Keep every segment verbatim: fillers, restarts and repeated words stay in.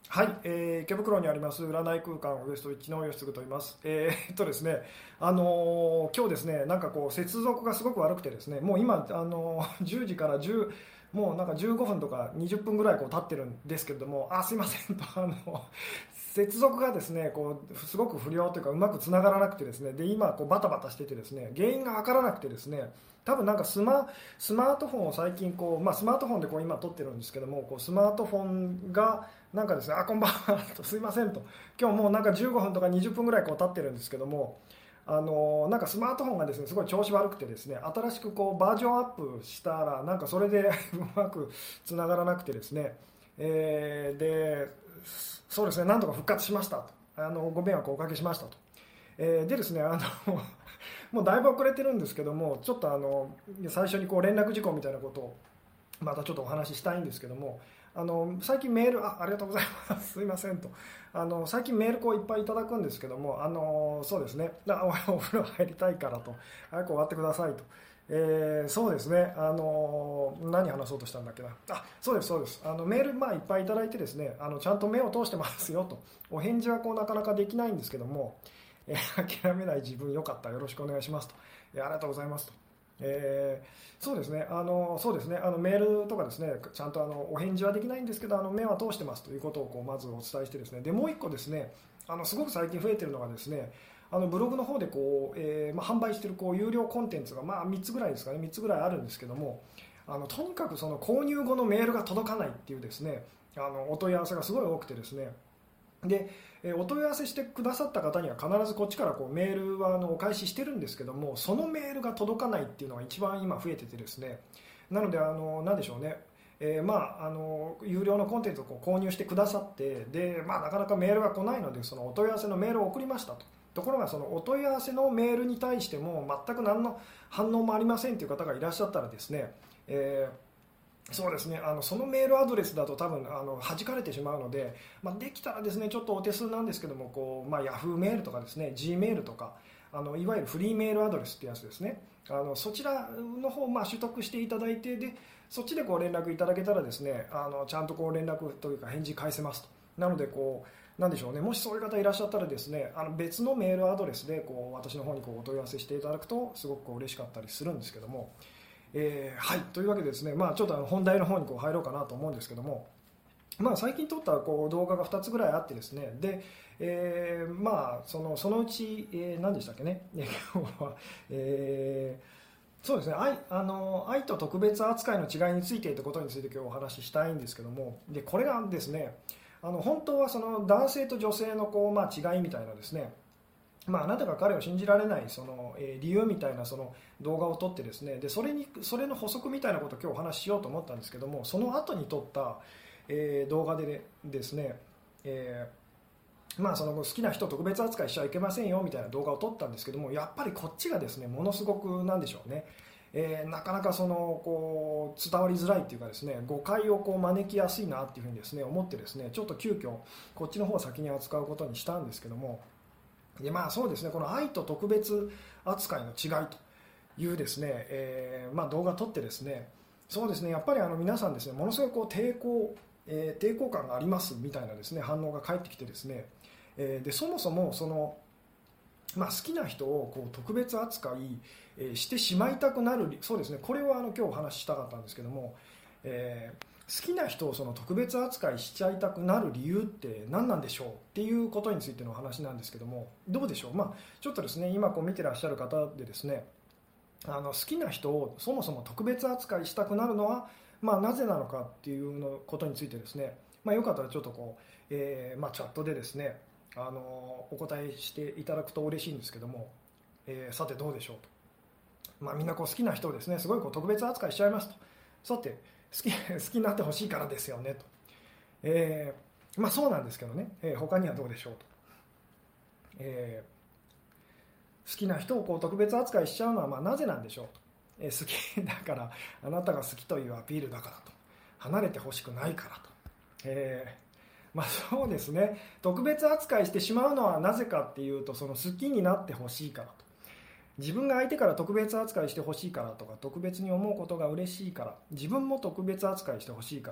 はい、えー、池袋にあります占い空間ウエストイッチの吉嗣と言います。えー、っとですね、あのー今日ですね、なんかこう接続がすごく悪くてですね、もう今、あのーじゅうじからじゅう、もうなんかじゅうごふんとかにじゅっぷんぐらいこう経ってるんですけれども、あ、すいませんと、あの、接続がですね、こうすごく不良というかうまくつながらなくてですね、で今こうバタバタしててですね、原因がわからなくてですね、多分なんかスマスマートフォンを最近こう、まあ、スマートフォンでこう今撮ってるんですけども、こうスマートフォンがなんかですね、あ、こんばんはと、すいませんと、今日もうなんかじゅうごふんとかにじゅっぷんぐらいこう経ってるんですけども、あのなんかスマートフォンがですね、すごい調子悪くてですね、新しくこうバージョンアップしたら、なんかそれでうまくつながらなくてですね、えーで、そうですね、なんとか復活しましたと、あのご迷惑をおかけしましたと、えーでですね、あのもうだいぶ遅れてるんですけども、ちょっとあの最初にこう連絡事項みたいなことをまたちょっとお話ししたいんですけども、あの最近メール あ, ありがとうございますすいませんと、あの最近メールこういっぱいいただくんですけども、あのそうですね、あおお風呂入りたいからと、早く終わってくださいと、えーそうですね、あの何話そうとしたんだっけな、あ、そうですそうです、あのメールまあいっぱいいただいてですね、あのちゃんと目を通してますよと、お返事はこうなかなかできないんですけども、えー諦めない自分よかった、よろしくお願いしますと、えーありがとうございますと、えーそうですね、あのそうですね、あのメールとかですね、ちゃんとあのお返事はできないんですけど、あの目は通してますということをこうまずお伝えしてですね、でもう一個ですね、あのすごく最近増えてるのがですね、あのブログの方でこう、えーまあ、販売しているこう有料コンテンツが、まあ、みっつぐらいですかね、みっつぐらいあるんですけども、あのとにかくその購入後のメールが届かないっていうですね、あのお問い合わせがすごい多くてですね、で、えお問い合わせしてくださった方には必ずこっちからこうメールはあのお返ししてるんですけども、そのメールが届かないっていうのが一番今増えててですね、なので、あのなんでしょうね、えーまあ、あの有料のコンテンツをこう購入してくださって、で、まあ、なかなかメールが来ないので、そのお問い合わせのメールを送りましたと。ところがそのお問い合わせのメールに対しても全く何の反応もありませんという方がいらっしゃったらですね、えーそうですね、あのそのメールアドレスだと多分あの弾かれてしまうので、まあ、できたらですね、ちょっとお手数なんですけども、こう、まあ、Yahoo メールとかですね、 G メールとか、あのいわゆるフリーメールアドレスってやつですね、あのそちらの方をまあ取得していただいて、でそっちでこう連絡いただけたらですね、あのちゃんとこう連絡というか返事返せますと。なのでこうなんでしょうね、もしそういう方いらっしゃったらですね、あの別のメールアドレスでこう私の方にこうお問い合わせしていただくとすごくこう嬉しかったりするんですけども、えーはい、というわけでですね、まあ、ちょっとあの本題の方にこう入ろうかなと思うんですけども、まあ、最近撮ったこう動画がふたつぐらいあってですね、で、えーまあ、そのそのうち、えー何でしたっけね、えー今日は、えーそうですね、愛あの愛と特別扱いの違いについてということについて今日お話ししたいんですけども、でこれがですね、あの本当はその男性と女性のこう、まあ、違いみたいなですね、まあ、あなたが彼を信じられないその、えー理由みたいなその動画を撮ってですね、でそれにそれの補足みたいなことを今日お話ししようと思ったんですけども、その後に撮った、えー動画でですね、えーまあ、その好きな人を特別扱いしちゃいけませんよみたいな動画を撮ったんですけども、やっぱりこっちがですねものすごくなんでしょうね、えーなかなかそのこう伝わりづらいっていうかですね、誤解をこう招きやすいなっていうふうにですね思ってですね、ちょっと急遽こっちの方を先に扱うことにしたんですけども、でまあそうですね、この愛と特別扱いの違いというですね、えーまあ、動画を撮ってですね、そうですね、やっぱりあの皆さんですね、ものすごいこう抵抗、えー抵抗感がありますみたいなですね反応が返ってきてですね、えーでそもそもその、まあ、好きな人をこう特別扱い、えーしてしまいたくなる、そうですね、これはあの今日お話ししたかったんですけども、えー好きな人をその特別扱いしちゃいたくなる理由って何なんでしょうっていうことについてのお話なんですけども、どうでしょう、まあ、ちょっとですね今こう見てらっしゃる方でですね、あの好きな人をそもそも特別扱いしたくなるのは、まあ、なぜなのかっていうのことについてですね、まあ、よかったらちょっとこう、えーまあ、チャットでですね、あのお答えしていただくと嬉しいんですけども、えーさてどうでしょうと、まあ、みんなこう好きな人をですねすごいこう特別扱いしちゃいますと、さて好き好きになってほしいからですよねと、えーまあ、そうなんですけどね、えー他にはどうでしょうと、えー好きな人をこう特別扱いしちゃうのはまあなぜなんでしょうと、えー好きだからあなたが好きというアピールだからと、離れてほしくないからと、えーまあそうですね、特別扱いしてしまうのはなぜかっていうと、その好きになってほしいからと、自分が相手から特別扱いしてほしいからとか、特別に思うことが嬉しいから、自分も特別扱いしてほしいから、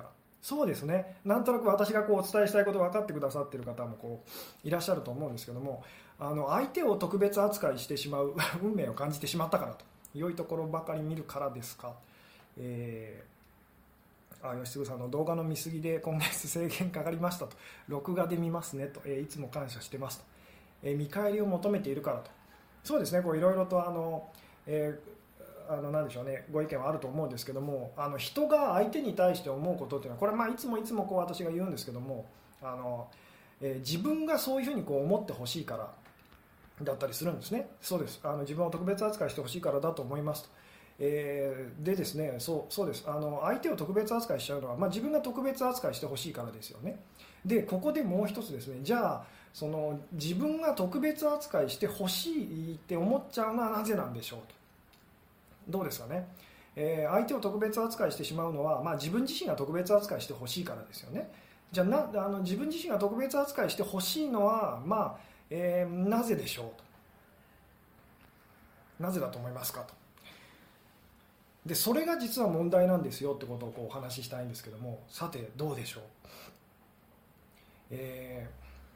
そうですね、なんとなく私がこうお伝えしたいことを分かってくださっている方もこういらっしゃると思うんですけども、あの相手を特別扱いしてしまう運命を感じてしまったからと、良いところばかり見るからですか。えー、あ吉嗣さんの動画の見過ぎで今月制限かかりましたと、録画で見ますねと、えー、いつも感謝してますと、えー、見返りを求めているからと。そうですね、こういろいろとあの、えーあのなんでしょうね、ご意見はあると思うんですけども、あの人が相手に対して思うことっていうのは、これはまあいつもいつもこう私が言うんですけども、あの、えー、自分がそういうふうにこう思ってほしいからだったりするんですね。そうです、あの自分を特別扱いしてほしいからだと思いますと。えー、でですね、そうそうです、あの相手を特別扱いしちゃうのは、まあ、自分が特別扱いしてほしいからですよね。でここでもう一つですね、じゃあその自分が特別扱いしてほしいって思っちゃうのはなぜなんでしょうと。どうですかね、えー、相手を特別扱いしてしまうのは、まあ、自分自身が特別扱いしてほしいからですよね。じゃあなあの自分自身が特別扱いしてほしいのは、まあえー、なぜでしょうと。なぜだと思いますかと。でそれが実は問題なんですよってことをこうお話ししたいんですけども、さてどうでしょう。え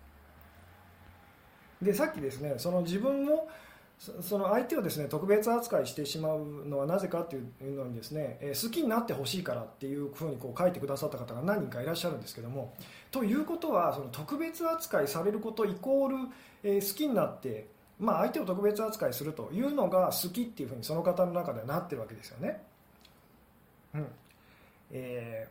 ー、でさっきですね、その自分をその相手をですね特別扱いしてしまうのはなぜかっていうのにですね、えー、好きになってほしいからっていうふうにこう書いてくださった方が何人かいらっしゃるんですけども、ということはその特別扱いされることイコール、えー、好きになって、まあ、相手を特別扱いするというのが好きっていうふうにその方の中ではなってるわけですよね。うんえ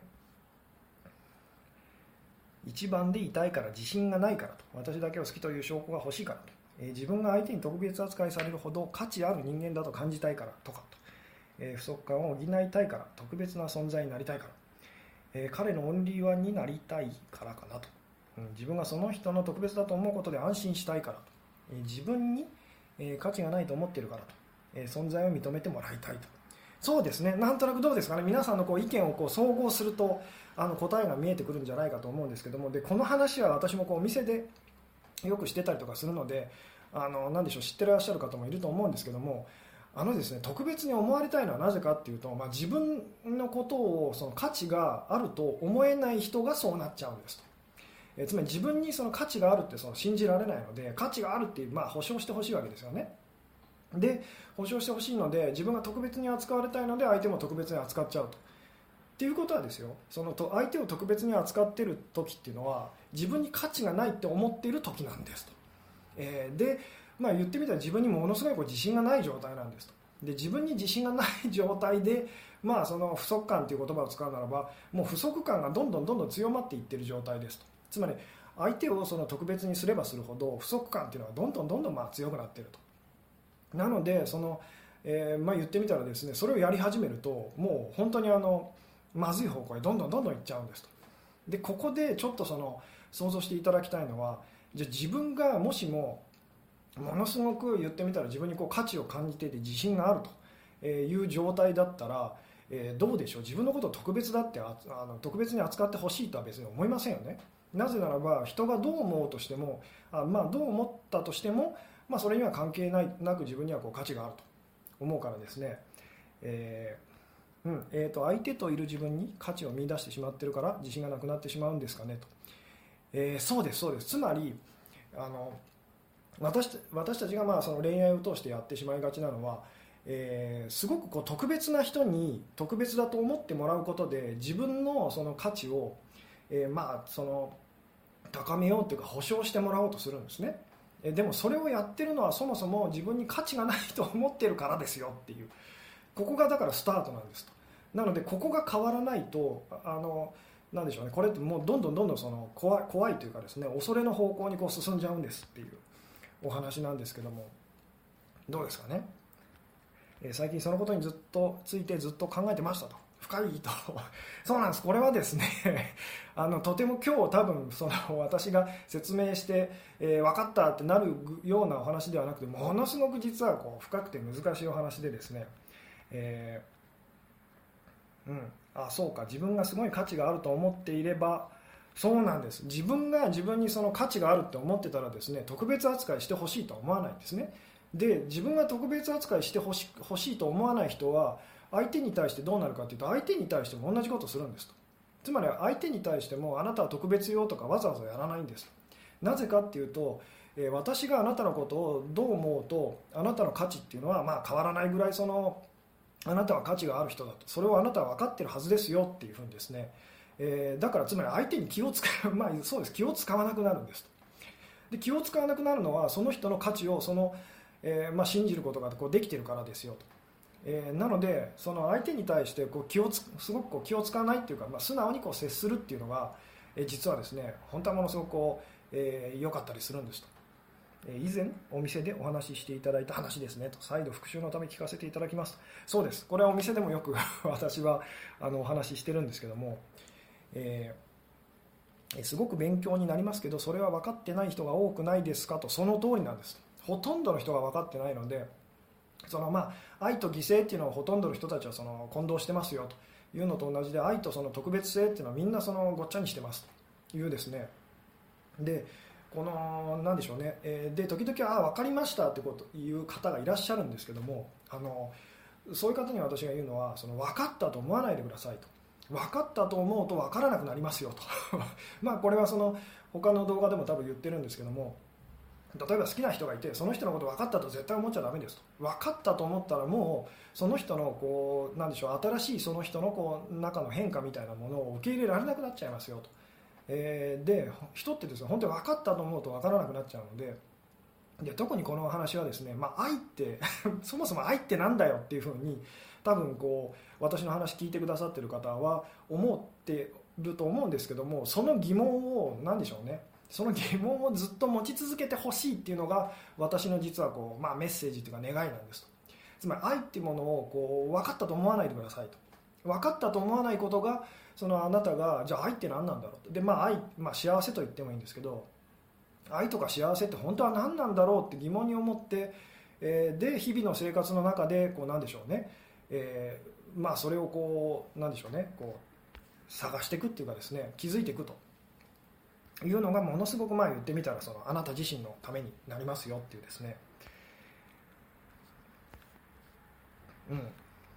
ー、一番でいたいから自信がないからと、私だけを好きという証拠が欲しいからと、えー、自分が相手に特別扱いされるほど価値ある人間だと感じたいからとかと、えー、不足感を補いたいから、特別な存在になりたいから、えー、彼のオンリーワンになりたいからかなと、うん、自分がその人の特別だと思うことで安心したいからと、えー、自分に、えー、価値がないと思っているからと、えー、存在を認めてもらいたいと。そうですね、なんとなくどうですかね、皆さんのこう意見をこう総合するとあの答えが見えてくるんじゃないかと思うんですけども、でこの話は私もこうお店でよくしてたりとかするので、あの何でしょう、知ってらっしゃる方もいると思うんですけども、あのですね、特別に思われたいのはなぜかっていうと、まあ、自分のことをその価値があると思えない人がそうなっちゃうんですと。えつまり自分にその価値があるってその信じられないので、価値があるっていう、まあ、保証してほしいわけですよね。で保証してほしいので、自分が特別に扱われたいので相手も特別に扱っちゃうと。っていうことはですよ、その相手を特別に扱っている時っていうのは自分に価値がないって思っている時なんですと。えー、で、まあ、言ってみたら自分にものすごいこう自信がない状態なんですと。で自分に自信がない状態で、まあ、その不足感という言葉を使うならば、もう不足感がどんどんどんどん強まっていっている状態ですと。つまり相手をその特別にすればするほど不足感というのはどんどんどんどんまあ強くなっていると。なのでその、えーまあ、言ってみたらですね、それをやり始めるともう本当にあのまずい方向へどんどんどんどんいっちゃうんですと。でここでちょっとその想像していただきたいのは、じゃあ自分がもしもものすごく言ってみたら自分にこう価値を感じていて自信があるという状態だったら、えー、どうでしょう、自分のことを特別だってああの特別に扱ってほしいとは別に思いませんよね。なぜならば人がどう思うとしても、あ、まあ、どう思ったとしても、まあ、それには関係ないなく自分にはこう価値があると思うからですね、えーうんえー、と相手といる自分に価値を見出してしまっているから自信がなくなってしまうんですかねと。えー、そうですそうです。つまりあの 私, 私たちがまあその恋愛を通してやってしまいがちなのは、えー、すごくこう特別な人に特別だと思ってもらうことで自分のその価値を、えー、まあその高めようというか保証してもらおうとするんですね。でもそれをやってるのはそもそも自分に価値がないと思ってるからですよっていう、ここがだからスタートなんですと。なのでここが変わらないと、あのなんでしょうね、これってもうどんどんどんどんその怖い、怖いというかですね、恐れの方向にこう進んじゃうんですっていうお話なんですけども、どうですかね。えー、最近そのことにずっとついてずっと考えてましたと。深いとそうなんです。これはですねあのとても今日多分その私が説明して、えー、分かったってなるようなお話ではなくて、ものすごく実はこう深くて難しいお話でですね、えー、うんあそうか、自分がすごい価値があると思っていれば、そうなんです。自分が自分にその価値があるって思ってたらですね、特別扱いしてほしいとは思わないんですね。で自分が特別扱いしてほし、ほしいと思わない人は相手に対してどうなるかというと、相手に対しても同じことをするんですと。 つまり相手に対してもあなたは特別よとかわざわざやらないんです。なぜかっていうと、えー、私があなたのことをどう思うとあなたの価値っていうのはまあ変わらないぐらいそのあなたは価値がある人だと、それをあなたは分かってるはずですよっていうふうにですね、えー、だからつまり相手に気を使う、まあそうです、気を使わなくなるんですと。で気を使わなくなるのはその人の価値をその、えーまあ、信じることがこうできてるからですよと。えー、なのでその相手に対してこう気をつすごくこう気を使わないっていうか、まあ、素直にこう接するっていうのが、えー、実はですね本当はものすごくこう、えー、良かったりするんですと。えー、以前お店でお話ししていただいた話ですねと、再度復習のため聞かせていただきますと。そうです、これはお店でもよく私はあのお話ししてるんですけども、えー、すごく勉強になりますけどそれは分かってない人が多くないですかと。その通りなんです。ほとんどの人が分かってないので、そのまあ愛と犠牲っていうのをほとんどの人たちはその混同してますよというのと同じで、愛とその特別性っていうのはみんなそのごっちゃにしてますというですね。でこのなんでしょうね、えー、で時々あ分かりましたってこという方がいらっしゃるんですけども、あのそういう方に私が言うのはその分かったと思わないでくださいと。分かったと思うと分からなくなりますよとまあこれはその他の動画でも多分言ってるんですけども、例えば好きな人がいてその人のこと分かったと絶対思っちゃダメですと。分かったと思ったらもうその人のこうなんでしょう、新しいその人のこう中の変化みたいなものを受け入れられなくなっちゃいますよと。えー、で人ってですね本当に分かったと思うと分からなくなっちゃうので、で特にこの話はですね、まあ、愛ってそもそも愛ってなんだよっていうふうに多分こう私の話聞いてくださってる方は思ってると思うんですけども、その疑問を何でしょうね、その疑問をずっと持ち続けてほしいっていうのが私の実はこう、まあ、メッセージというか願いなんですと。つまり愛っていうものをこう分かったと思わないでくださいと。分かったと思わないことがそのあなたがじゃあ愛って何なんだろうと。で、まあ愛、まあ、幸せと言ってもいいんですけど、愛とか幸せって本当は何なんだろうって疑問に思って、えー、で日々の生活の中でこう何でしょうね、えー、まあそれをこう何でしょうね、こう探していくっていうかですね、気づいていくというのがものすごくまあ言ってみたらそのあなた自身のためになりますよっていうですね。うん、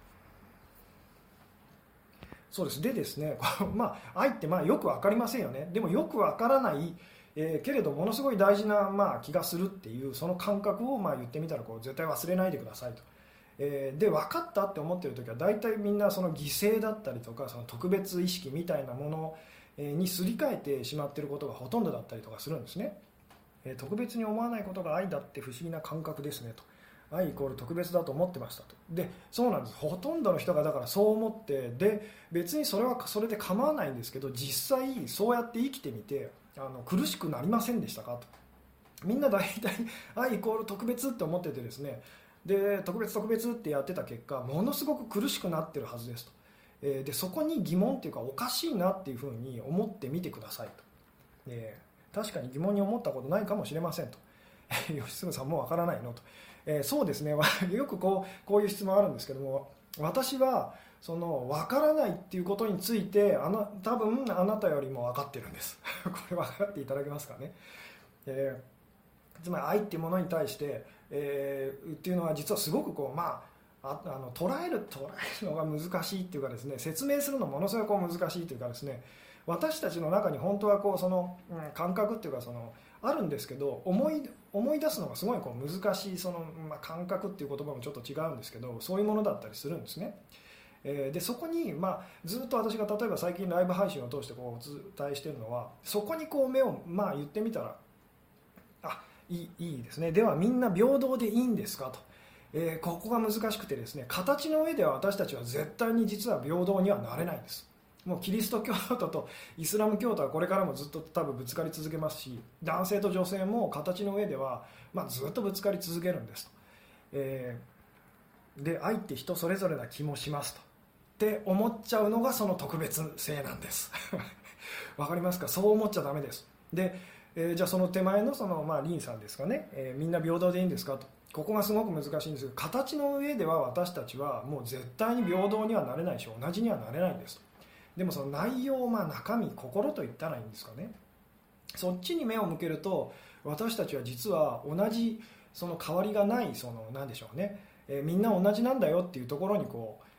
そうです。でですね、まあ愛ってまあよく分かりませんよね。でもよく分からない、えー、けれどものすごい大事なまあ気がするっていうその感覚をまあ言ってみたらこう絶対忘れないでくださいと。えー、で分かったって思ってる時は大体みんなその犠牲だったりとかその特別意識みたいなものにすり替えてしまっていることがほとんどだったりとかするんですね。えー、特別に思わないことが愛だって不思議な感覚ですねと。愛イコール特別だと思ってましたと。でそうなんです。ほとんどの人がだからそう思って、で別にそれはそれで構わないんですけど、実際そうやって生きてみてあの苦しくなりませんでしたかと。みんな大体愛イコール特別って思っててですね、で特別特別ってやってた結果ものすごく苦しくなってるはずですと。えー、でそこに疑問っていうかおかしいなっていうふうに思ってみてくださいと。えー、確かに疑問に思ったことないかもしれませんと。吉純さんもわからないのと。えー、そうですねよくこう、こういう質問あるんですけども、私はその分からないっていうことについてあの多分あなたよりも分かってるんですこれ分かっていただけますかね。えー、つまり愛っていうものに対して、えー、っていうのは実はすごくこう、まあ、ああの捉える捉えるのが難しいっていうかですね、説明するのものすごくこう難しいというかですね、私たちの中に本当はこうその、うん、感覚っていうかそのあるんですけど、思い思い出すのがすごいこう難しいその、まあ、感覚っていう言葉もちょっと違うんですけど、そういうものだったりするんですね。えー、でそこに、まあ、ずっと私が例えば最近ライブ配信を通してこうお伝えしているのは、そこにこう目を、まあ、言ってみたらあいい、いいですね。ではみんな平等でいいんですかと。えー、ここが難しくてですね、形の上では私たちは絶対に実は平等にはなれないんです。もうキリスト教徒とイスラム教徒はこれからもずっと多分ぶつかり続けますし、男性と女性も形の上では、まあ、ずっとぶつかり続けるんですと。えー、で愛って人それぞれな気もしますとって思っちゃうのがその特別性なんですわかりますか。そう思っちゃダメです。で、えー、じゃあその手前のその、まあ、リンさんですかね、えー、みんな平等でいいんですかと。ここがすごく難しいんですけど、形の上では私たちはもう絶対に平等にはなれないし同じにはなれないんですと。でもその内容、まあ、中身、心と言ったらいいんですかね、そっちに目を向けると私たちは実は同じその変わりがないその何でしょうね、えー、みんな同じなんだよっていうところにこう、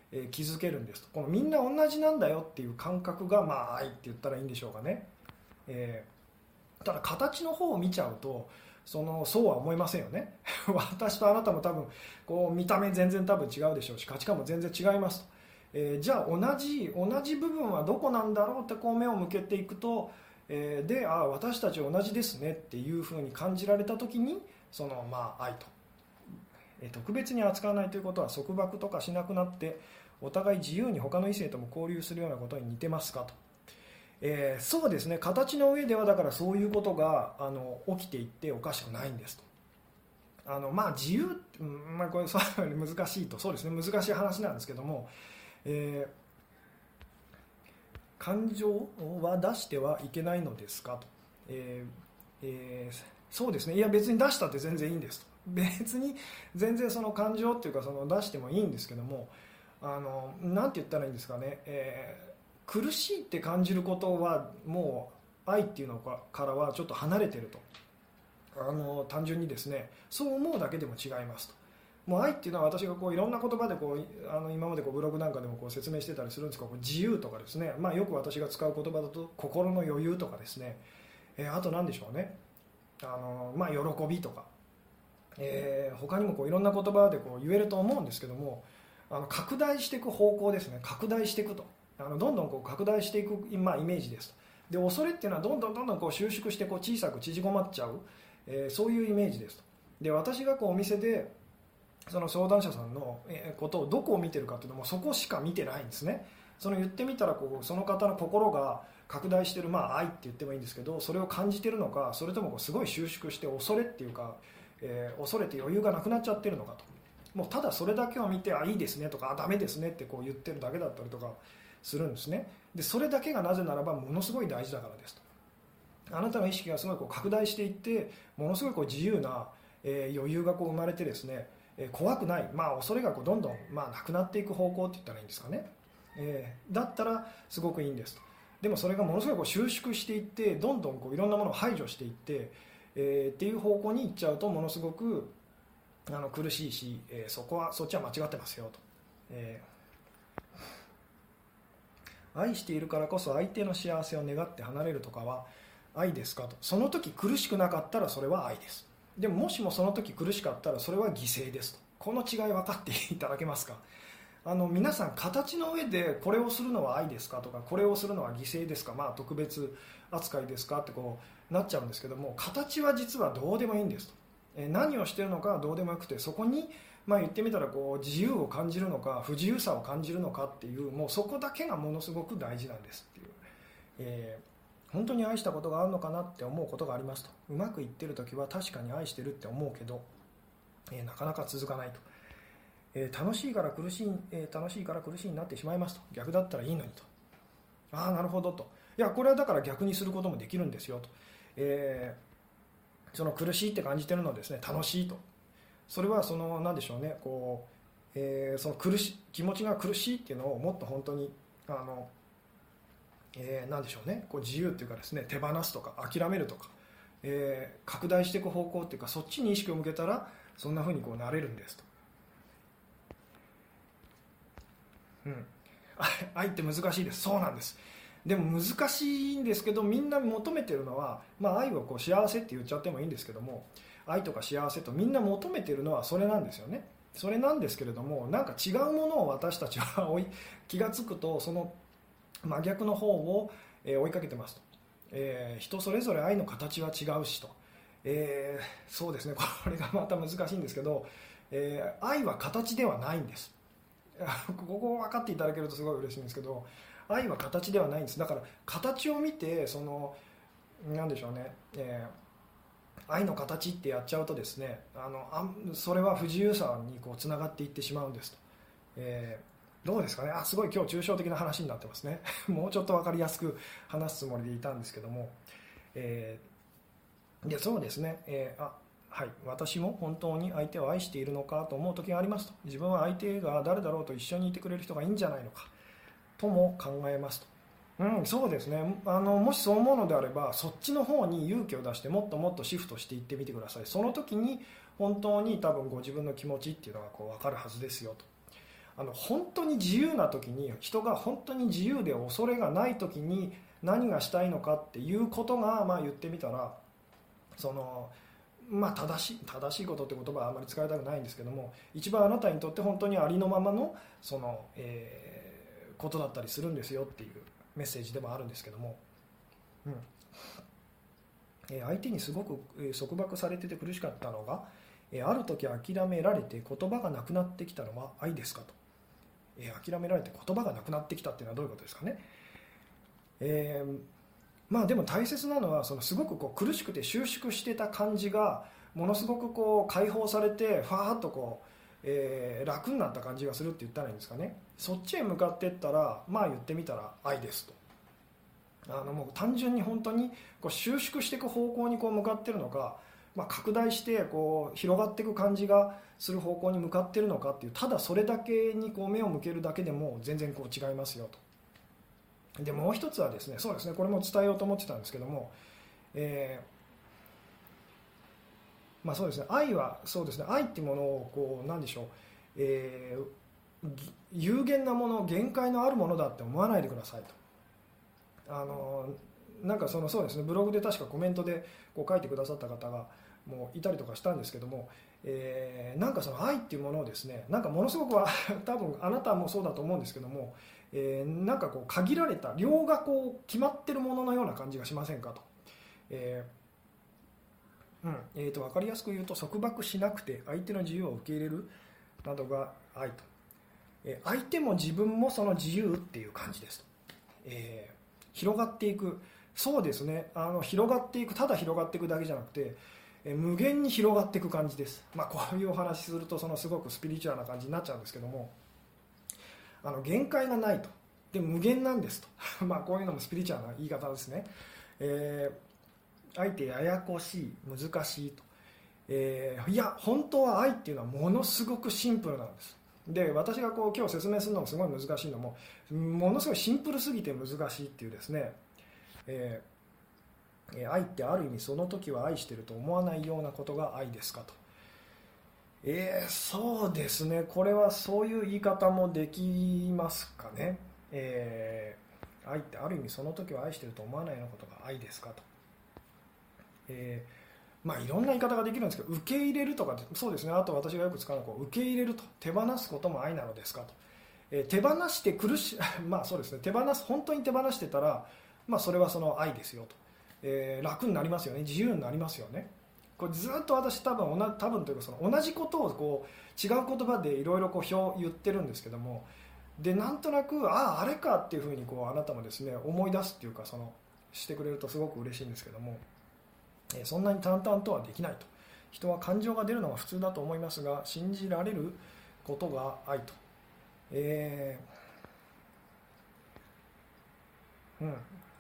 えー気づけるんですと。このみんな同じなんだよっていう感覚が、まあ、愛って言ったらいいんでしょうかね。えーただ形の方を見ちゃうとそのそうは思いませんよね。私とあなたも多分こう見た目全然多分違うでしょうし、価値観も全然違いますと。えーじゃあ同じ同じ部分はどこなんだろうってこう目を向けていくと、えーでああ私たち同じですねっていうふうに感じられた時に、そのまあ愛と、えー特別に扱わないということは束縛とかしなくなってお互い自由に他の異性とも交流するようなことに似てますかと。えーそうですね、形の上ではだからそういうことがあの起きていっておかしくないんですと。あのまあ自由、うんまあ、これそういうの難しいと、そうですね難しい話なんですけども、えー感情は出してはいけないのですかと、えーえーそうですね、いや別に出したって全然いいんですと。別に全然その感情っていうかその出してもいいんですけども、あのなんて言ったらいいんですかね、えー苦しいって感じることはもう愛っていうのからはちょっと離れてると。あの単純にですねそう思うだけでも違いますと。もう愛っていうのは私がこういろんな言葉でこうあの今までこうブログなんかでもこう説明してたりするんですが、こう自由とかですね、まあ、よく私が使う言葉だと心の余裕とかですね、えーあと何でしょうね、あの、まあ、喜びとか、えー他にもこういろんな言葉でこう言えると思うんですけども、あの拡大していく方向ですね。拡大していくと、あのどんどんこう拡大していく、まあ、イメージですと。で恐れっていうのはどんどんどんどんこう収縮してこう小さく縮こまっちゃう、えーそういうイメージですと。で私がこうお店でその相談者さんのことをどこを見てるかっていうのもそこしか見てないんですね。その言ってみたらこうその方の心が拡大してる、まあ愛って言ってもいいんですけど、それを感じてるのか、それともこうすごい収縮して恐れっていうか、えー恐れて余裕がなくなっちゃってるのかと。もうただそれだけを見て、あいいですねとか、あダメですねってこう言ってるだけだったりとかするんですね。でそれだけがなぜならばものすごい大事だからですと。あなたの意識がすごいこう拡大していってものすごいこう自由な、えー余裕がこう生まれてですね、えー怖くない、まあ、恐れがこうどんどん、まあ、なくなっていく方向って言ったらいいんですかね、えーだったらすごくいいんですと。でもそれがものすごいこう収縮していってどんどんこういろんなものを排除していって、えーっていう方向に行っちゃうとものすごくあの苦しいし、えーそこはそっちは間違ってますよと、えー愛しているからこそ相手の幸せを願って離れるとかは愛ですかと。その時苦しくなかったらそれは愛です。でももしもその時苦しかったらそれは犠牲ですと。この違い分かっていただけますか。あの皆さん形の上でこれをするのは愛ですかとか、これをするのは犠牲ですか、まあ、特別扱いですかってこうなっちゃうんですけども、形は実はどうでもいいんですと。え何をしてるのかはどうでもよくて、そこにまあ言ってみたらこう自由を感じるのか不自由さを感じるのかっていう、もうそこだけがものすごく大事なんですっていう、えー本当に愛したことがあるのかなって思うことがありますと。うまくいってる時は確かに愛してるって思うけど、えーなかなか続かないと、えー楽しいから苦しい、えー楽しいから苦しいになってしまいますと。逆だったらいいのにと。ああなるほどと。いやこれはだから逆にすることもできるんですよと、えーその苦しいって感じてるのをですね楽しいと。それはその何でしょうね、こう、えーその苦し気持ちが苦しいっていうのをもっと本当にあの、えー何でしょうね、こう自由っていうかですね、手放すとか諦めるとか、えー拡大していく方向っていうか、そっちに意識を向けたらそんな風にこうなれるんですと。うん、愛って難しいです。そうなんです。でも難しいんですけど、みんな求めてるのは、まあ、愛をこう幸せって言っちゃってもいいんですけども、愛とか幸せとみんな求めてるのはそれなんですよね。それなんですけれども、なんか違うものを私たちは追い気がつくとその真逆の方をえー追いかけてますと、えー人それぞれ愛の形は違うしと、えーそうですね、これがまた難しいんですけど、えー愛は形ではないんです。ここを分かっていただけるとすごい嬉しいんですけど、愛は形ではないんです。だから形を見てそのなんでしょうね、えー愛の形ってやっちゃうとですね、あのあそれは不自由さにこうつながっていってしまうんですと、えーどうですかね。あすごい今日抽象的な話になってますねもうちょっと分かりやすく話すつもりでいたんですけども、えーでそうですね、えーあはい、私も本当に相手を愛しているのかと思う時がありますと。自分は相手が誰だろうと一緒にいてくれる人がいいんじゃないのかとも考えますと。うん、そうですね。あのもしそう思うのであればそっちの方に勇気を出してもっともっとシフトしていってみてください。その時に本当に多分ご自分の気持ちっていうのがこう分かるはずですよと。 あの本当に自由な時に、人が本当に自由で恐れがない時に何がしたいのかっていうことが、まあ言ってみたらそのまあ正しい正しいことって言葉はあまり使いたくないんですけども、一番あなたにとって本当にありのままのその、えー、ことだったりするんですよっていうメッセージでもあるんですけども、うんえー、相手にすごく束縛されてて苦しかったのが、えー、ある時諦められて言葉がなくなってきたのは愛ですかと、えー、諦められて言葉がなくなってきたっていうのはどういうことですかね。えーまあでも大切なのはそのすごくこう苦しくて収縮してた感じがものすごくこう解放されてファーッとこう、えー、楽になった感じがするって言ったらいいんですかね。そっちへ向かっていったらまあ言ってみたら愛ですと。あのもう単純に本当にこう収縮していく方向にこう向かっているのか、まあ、拡大してこう広がっていく感じがする方向に向かっているのかっていう、ただそれだけにこう目を向けるだけでも全然こう違いますよと。でもう一つはですね、そうですね、これも伝えようと思ってたんですけども、えー、まあそうですね、愛はそうですね、愛っていうものをこうなんでしょう、えー、有限なもの、限界のあるものだって思わないでくださいと。あのなんかそのそうですね、ブログで確かコメントでこう書いてくださった方がもういたりとかしたんですけども、えー、なんかその愛っていうものをですね、なんかものすごくは多分あなたもそうだと思うんですけども、えー、なんかこう限られた量がこう決まってるもののような感じがしませんかと。えーうんえー、と分かりやすく言うと、束縛しなくて相手の自由を受け入れるなどが愛と、えー、相手も自分もその自由っていう感じですと、えー、広がっていく、そうですね、あの広がっていく、ただ広がっていくだけじゃなくて、えー、無限に広がっていく感じです。まあ、こういうお話するとそのすごくスピリチュアルな感じになっちゃうんですけども、あの限界がないと、で無限なんですとまあこういうのもスピリチュアルな言い方ですね。えー、愛ってややこしい、難しいと、えー、いや本当は愛っていうのはものすごくシンプルなんです。で私がこう今日説明するのもすごい難しいのも、ものすごいシンプルすぎて難しいっていうですね、えー、愛ってある意味その時は愛してると思わないようなことが愛ですかと。えー、そうですね、これはそういう言い方もできますかね。えー、愛ってある意味その時は愛してると思わないようなことが愛ですかと。えー、まあいろんな言い方ができるんですけど、受け入れるとか、そうですね、あと私がよく使うのはこう受け入れると、手放すことも愛なのですかと。えー、手放して苦しまあそうですね、手放す、本当に手放してたら、まあそれはその愛ですよと。えー、楽になりますよね、自由になりますよね。これずっと私多分多分というかその同じことをこう違う言葉でいろいろこう表言ってるんですけども、でなんとなくあああれかっていうふうにこうあなたもですね思い出すっていうか、そのしてくれるとすごく嬉しいんですけども、えー、そんなに淡々とはできないと。人は感情が出るのが普通だと思いますが、信じられることが愛と。えー、うん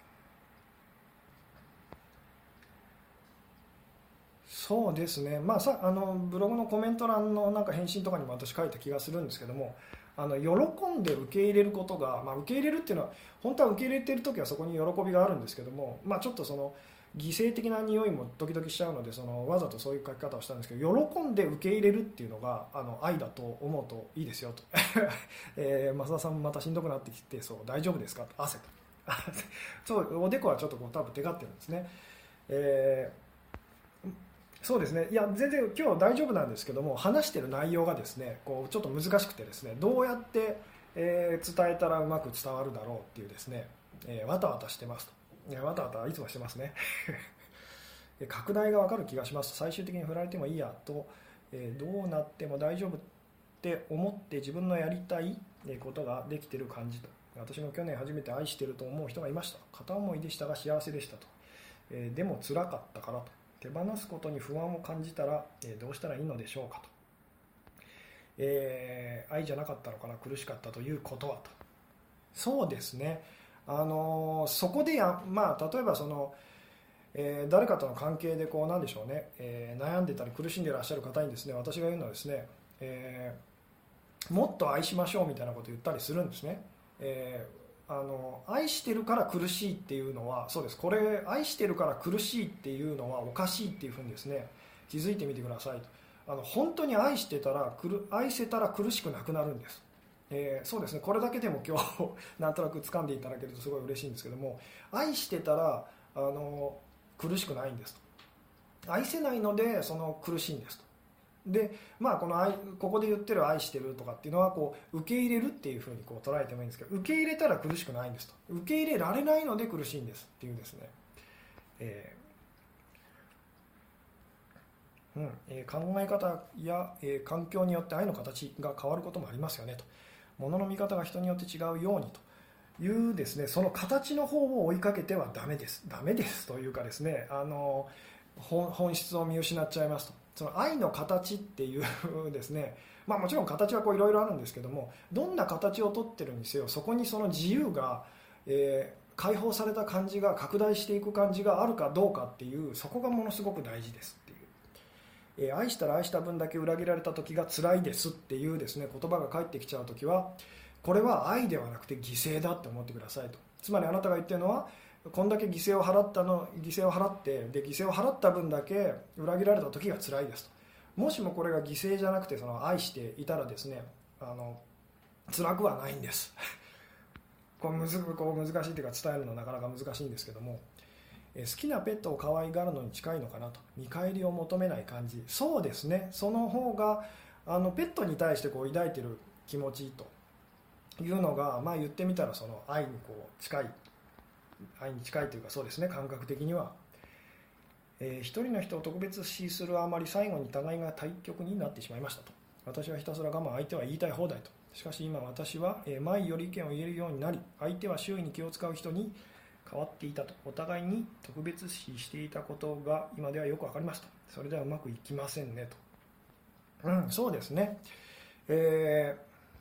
そうですね、まあ、さあのブログのコメント欄のなんか返信とかにも私書いた気がするんですけども、あの喜んで受け入れることが、まあ、受け入れるっていうのは本当は受け入れているときはそこに喜びがあるんですけども、まあ、ちょっとその犠牲的な匂いも時々しちゃうので、そのわざとそういう書き方をしたんですけど、喜んで受け入れるっていうのがあの愛だと思うといいですよと、えー、増田さんまたしんどくなってきてそう大丈夫ですかと、汗とそうおでこはちょっとこう多分テカってるんですね。えーそうですね、いや全然今日大丈夫なんですけども、話している内容がですねこうちょっと難しくてですね、どうやって、えー、伝えたらうまく伝わるだろうっていうですね、えー、わたわたしてますと、いやわたわたいつもしてますね拡大が分かる気がします。最終的に振られてもいいやと、えー、どうなっても大丈夫って思って自分のやりたいことができている感じと。私も去年初めて愛していると思う人がいました。片思いでしたが幸せでしたと、えー、でも辛かったからと。手放すことに不安を感じたら、えー、どうしたらいいのでしょうかと、えー、愛じゃなかったのかな、苦しかったということはと。そうですね、あのー、そこでや、まあ、例えばその、えー、誰かとの関係でこうなんでしょうね、えー、悩んでたり苦しんでいらっしゃる方にですね、私が言うのはですね、えー、もっと愛しましょうみたいなことを言ったりするんですね。えーあの愛してるから苦しいっていうのは、そうです、これ愛してるから苦しいっていうのはおかしいっていうふうにですね気づいてみてくださいと。あの本当に愛してたら愛せたら苦しくなくなるんです。 えー、そうですね、これだけでも今日なんとなく掴んでいただけるとすごい嬉しいんですけども、愛してたらあの苦しくないんですと。愛せないのでその苦しいんですと。で、まあ、この愛ここで言ってる愛してるとかっていうのはこう受け入れるっていうふうにこう捉えてもいいんですけど、受け入れたら苦しくないんですと。受け入れられないので苦しいんですっていうですね、えーうんえー、考え方や、えー、環境によって愛の形が変わることもありますよねと。物の見方が人によって違うようにというですね、その形の方を追いかけてはダメですダメですというかですね、あの 本, 本質を見失っちゃいますと。その愛の形っていうですね、まあ、もちろん形はいろいろあるんですけども、どんな形をとってるにせよそこにその自由が、えー、解放された感じが拡大していく感じがあるかどうかっていう、そこがものすごく大事ですっていう、えー、愛したら愛した分だけ裏切られた時が辛いですっていうですね言葉が返ってきちゃう時は、これは愛ではなくて犠牲だって思ってくださいと。つまりあなたが言ってるのは、こんだけ犠牲を払ったの犠牲を払ってで犠牲を払った分だけ裏切られた時が辛いですと。もしもこれが犠牲じゃなくてその愛していたらですね、あの辛くはないんですこうむずこう難しいというか伝えるのはなかなか難しいんですけども、え好きなペットを可愛がるのに近いのかなと。見返りを求めない感じ、そうですね、その方があのペットに対してこう抱いている気持ちというのが、まあ、言ってみたらその愛にこう近い愛に近いというか、そうですね、感覚的には、えー、一人の人を特別視するあまり最後に互いが対極になってしまいましたと。私はひたすら我慢、相手は言いたい放題と。しかし今私は、えー、前より意見を言えるようになり、相手は周囲に気を使う人に変わっていたと。お互いに特別視していたことが今ではよくわかりますと。それではうまくいきませんねと。うん、そうですね、え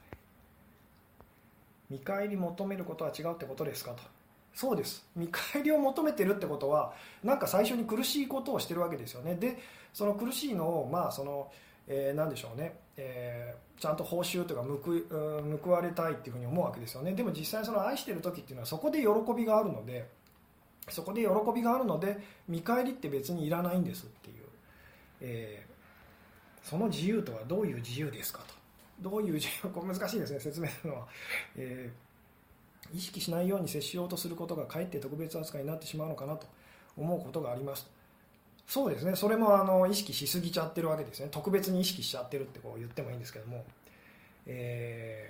ー、見返り求めることは違うってことですかと。そうです。見返りを求めてるってことは、なんか最初に苦しいことをしてるわけですよね。で、その苦しいのを、まあその、えー、何でしょうね、えー、ちゃんと報酬というか報い、報われたいっていうふうに思うわけですよね。でも実際その愛してる時っていうのはそこで喜びがあるので、そこで喜びがあるので見返りって別にいらないんですっていう、えー、その自由とはどういう自由ですかと。どういう自由、これ難しいですね、説明するのは。えー意識しないように接しようとすることがかえって特別扱いになってしまうのかなと思うことがあります。そうですね、それもあの意識しすぎちゃってるわけですね。特別に意識しちゃってるってこう言ってもいいんですけども、え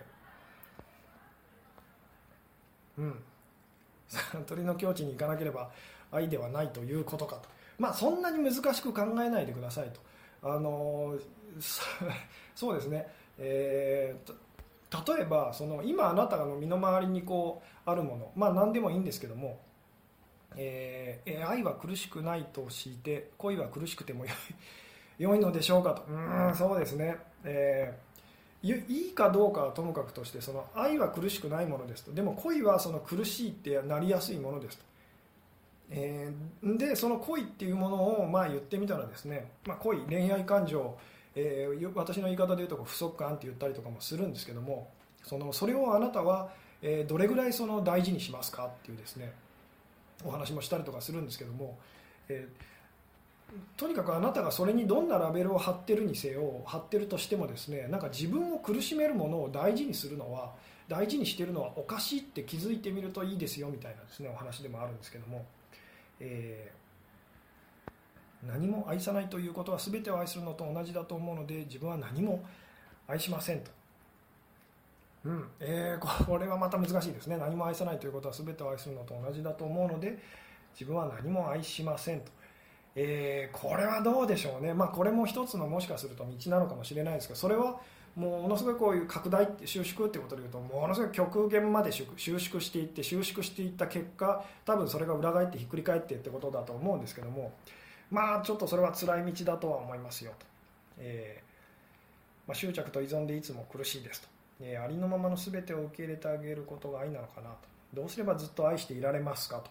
ー、うん鳥の境地に行かなければ愛ではないということかと。まあそんなに難しく考えないでくださいと。あのそうですね、えー例えばその今あなたの身の回りにこうあるもの、まあ何でもいいんですけども、えー、愛は苦しくないとして恋は苦しくてもよい、良いのでしょうかと。うーんそうですね、えー、いいかどうかはともかくとして、その愛は苦しくないものですと。でも恋はその苦しいってなりやすいものですと。えー、でその恋っていうものをまあ言ってみたらですね、まあ、恋、恋愛感情、えー、私の言い方で言うと不足感って言ったりとかもするんですけども、そのそれをあなたは、えー、どれぐらいその大事にしますかっていうですねお話もしたりとかするんですけども、えー、とにかくあなたがそれにどんなラベルを貼ってるにせよ、貼ってるとしてもですね、なんか自分を苦しめるものを大事にするのは大事にしてるのはおかしいって気づいてみるといいですよみたいなですねお話でもあるんですけども、えー何も愛さないということは全てを愛するのと同じだと思うので、自分は何も愛しませんと。うんえー、これはまた難しいですね。何も愛さないということは全てを愛するのと同じだと思うので自分は何も愛しませんと。えー、これはどうでしょうね。まあこれも一つのもしかすると道なのかもしれないですけど、それはものすごいこういう拡大収縮っていうことでいうと、ものすごい極限まで収縮していって収縮していった結果、多分それが裏返ってひっくり返ってってことだと思うんですけども、まあちょっとそれは辛い道だとは思いますよと。えーまあ、執着と依存でいつも苦しいですと。えー、ありのままの全てを受け入れてあげることが愛なのかなと。どうすればずっと愛していられますかと。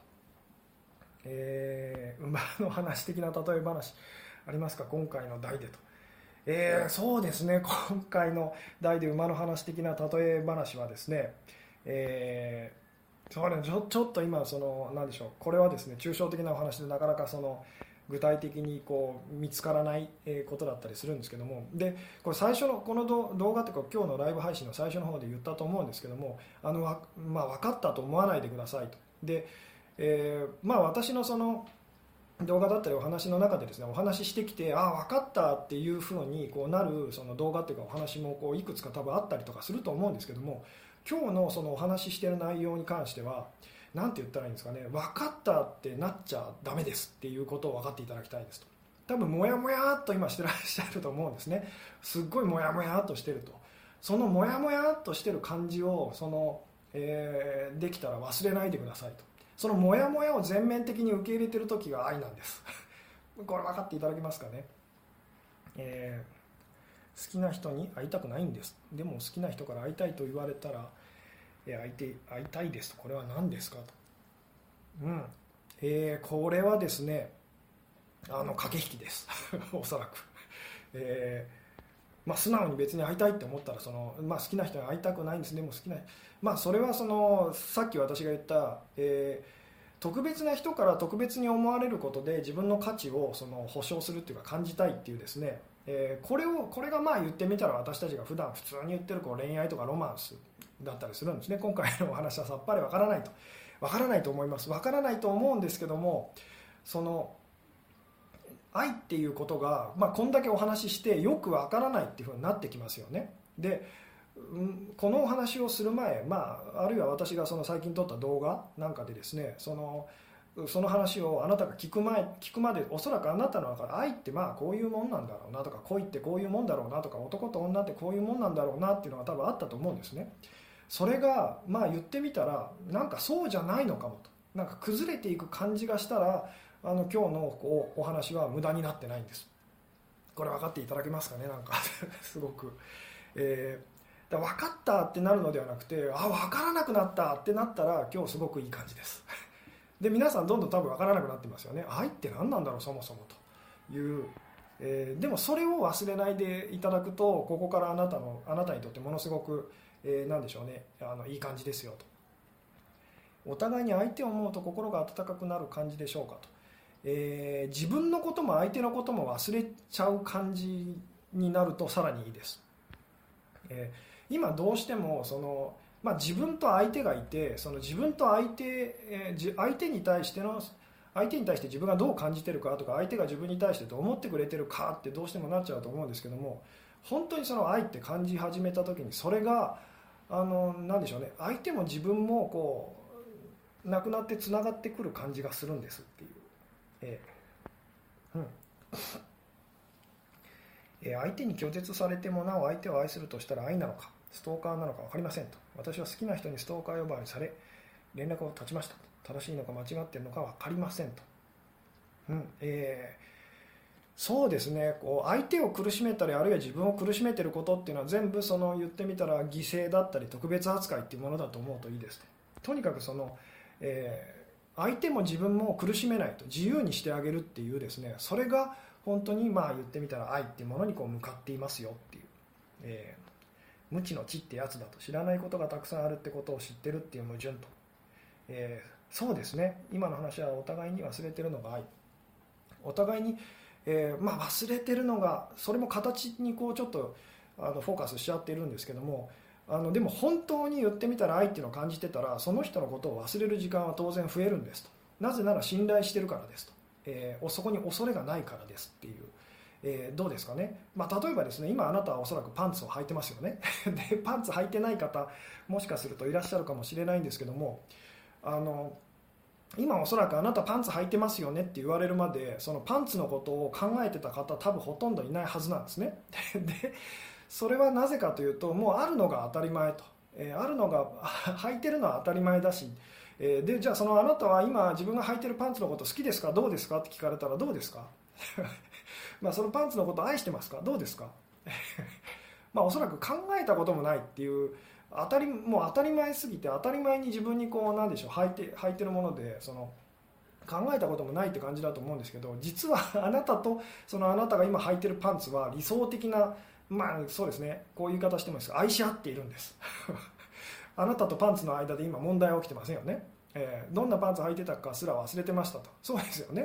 えー、馬の話的な例え話ありますか今回の題でと。えー、そうですね、今回の題で馬の話的な例え話はですね、えー、そうね、ちょ、ちょっと今その何でしょう、これはですね抽象的なお話でなかなかその具体的にこう見つからないことだったりするんですけども、でこれ最初のこの動画というか今日のライブ配信の最初の方で言ったと思うんですけども、あの、まあ、分かったと思わないでくださいと。で、えーまあ、私のその動画だったりお話の中でですね、お話ししてきて、ああ分かったっていうふうにこうなるその動画っていうかお話もこういくつか多分あったりとかすると思うんですけども、今日のそのお話ししている内容に関してはなんて言ったらいいんですかね、分かったってなっちゃダメですっていうことを分かっていただきたいですと。多分もやもやっと今してらっしゃると思うんですね。すっごいもやもやっとしてると。そのもやもやっとしてる感じをその、えー、できたら忘れないでくださいと。そのモヤモヤを全面的に受け入れている時が愛なんですこれ分かっていただけますかね、えー、好きな人に会いたくないんです。でも好きな人から会いたいと言われたら、えー、会いて会いたいですと。これは何ですかと、うんえー、これはですね、あの駆け引きですおそらく、えーまあ、素直に別に会いたいって思ったらその、まあ、好きな人に会いたくないんです。でも好きな、まあ、それはそのさっき私が言った、えー、特別な人から特別に思われることで自分の価値をその保証するっていうか感じたいっていうですね、えー、これをこれがまあ言ってみたら私たちが普段普通に言ってるこう恋愛とかロマンスだったりするんですね。今回のお話はさっぱりわからないとわからないと思います。わからないと思うんですけども、その愛っていうことが、まあ、こんだけお話ししてよくわからないっていうふうになってきますよね。で、このお話をする前、まあ、あるいは私がその最近撮った動画なんかでですね、そのその話をあなたが聞く前聞くまでおそらくあなたの中で愛ってまあこういうもんなんだろうなとか、恋ってこういうもんだろうなとか、男と女ってこういうもんなんだろうなっていうのが多分あったと思うんですね。それがまあ言ってみたらなんかそうじゃないのかもと、なんか崩れていく感じがしたら、あの今日のこうお話は無駄になってないんです。これ分かっていただけますかね。なんかすごく、えー、だ分かったってなるのではなくて、あ分からなくなったってなったら今日すごくいい感じですで皆さんどんどん多分分からなくなってますよね。愛って何なんだろうそもそもという、えー、でもそれを忘れないでいただくと、ここからあなたのあなたにとってものすごく、えー、何でしょうね、あのいい感じですよと。お互いに相手を思うと心が温かくなる感じでしょうかと。えー、自分のことも相手のことも忘れちゃう感じになるとさらにいいです。えー、今どうしてもその、まあ、自分と相手がいて、その自分と相手、えー、相手に対しての相手に対して自分がどう感じてるかとか、相手が自分に対してどう思ってくれてるかってどうしてもなっちゃうと思うんですけども、本当にその愛って感じ始めた時に、それがあのなんでしょうね、相手も自分もこうなくなってつながってくる感じがするんですっていう。えーうんえー、相手に拒絶されてもなお相手を愛するとしたら愛なのかストーカーなのか分かりませんと。私は好きな人にストーカー呼ばわりされ連絡を絶ちましたと。正しいのか間違っているのか分かりませんと。うんえー、そうですね、こう相手を苦しめたりあるいは自分を苦しめていることっていうのは全部その言ってみたら犠牲だったり特別扱いっていうものだと思うといいですと。とにかくその、えー相手も自分も苦しめないと、自由にしてあげるっていうですね、それが本当にまあ言ってみたら愛っていうものにこう向かっていますよっていう、えー、無知の知ってやつだと、知らないことがたくさんあるってことを知ってるっていう矛盾と、えー、そうですね、今の話はお互いに忘れてるのが愛、お互いに、えーまあ、忘れてるのが、それも形にこうちょっとあのフォーカスしちゃっているんですけども、あのでも本当に言ってみたら愛っていうのを感じてたら、その人のことを忘れる時間は当然増えるんですと。なぜなら信頼してるからですと、えー、そこに恐れがないからですっていう、えー、どうですかね、まあ、例えばですね、今あなたはおそらくパンツを履いてますよねでパンツ履いてない方もしかするといらっしゃるかもしれないんですけども、あの今おそらくあなたパンツ履いてますよねって言われるまで、そのパンツのことを考えてた方多分ほとんどいないはずなんですねでそれはなぜかというと、もうあるのが当たり前と、えー、あるのが履いてるのは当たり前だし、えー、でじゃあそのあなたは今自分が履いてるパンツのこと好きですかどうですかって聞かれたらどうですかまあそのパンツのこと愛してますかどうですかまあおそらく考えたこともないっていう、当たりもう当たり前すぎて当たり前に自分にこうなんでしょう履いて履いてるもので、その考えたこともないって感じだと思うんですけど、実はあなたとそのあなたが今履いてるパンツは理想的な、まあそうですね、こういう言い方してもいいですが愛し合っているんですあなたとパンツの間で今問題は起きてませんよね、えー、どんなパンツ履いてたかすら忘れてましたと。そうですよね、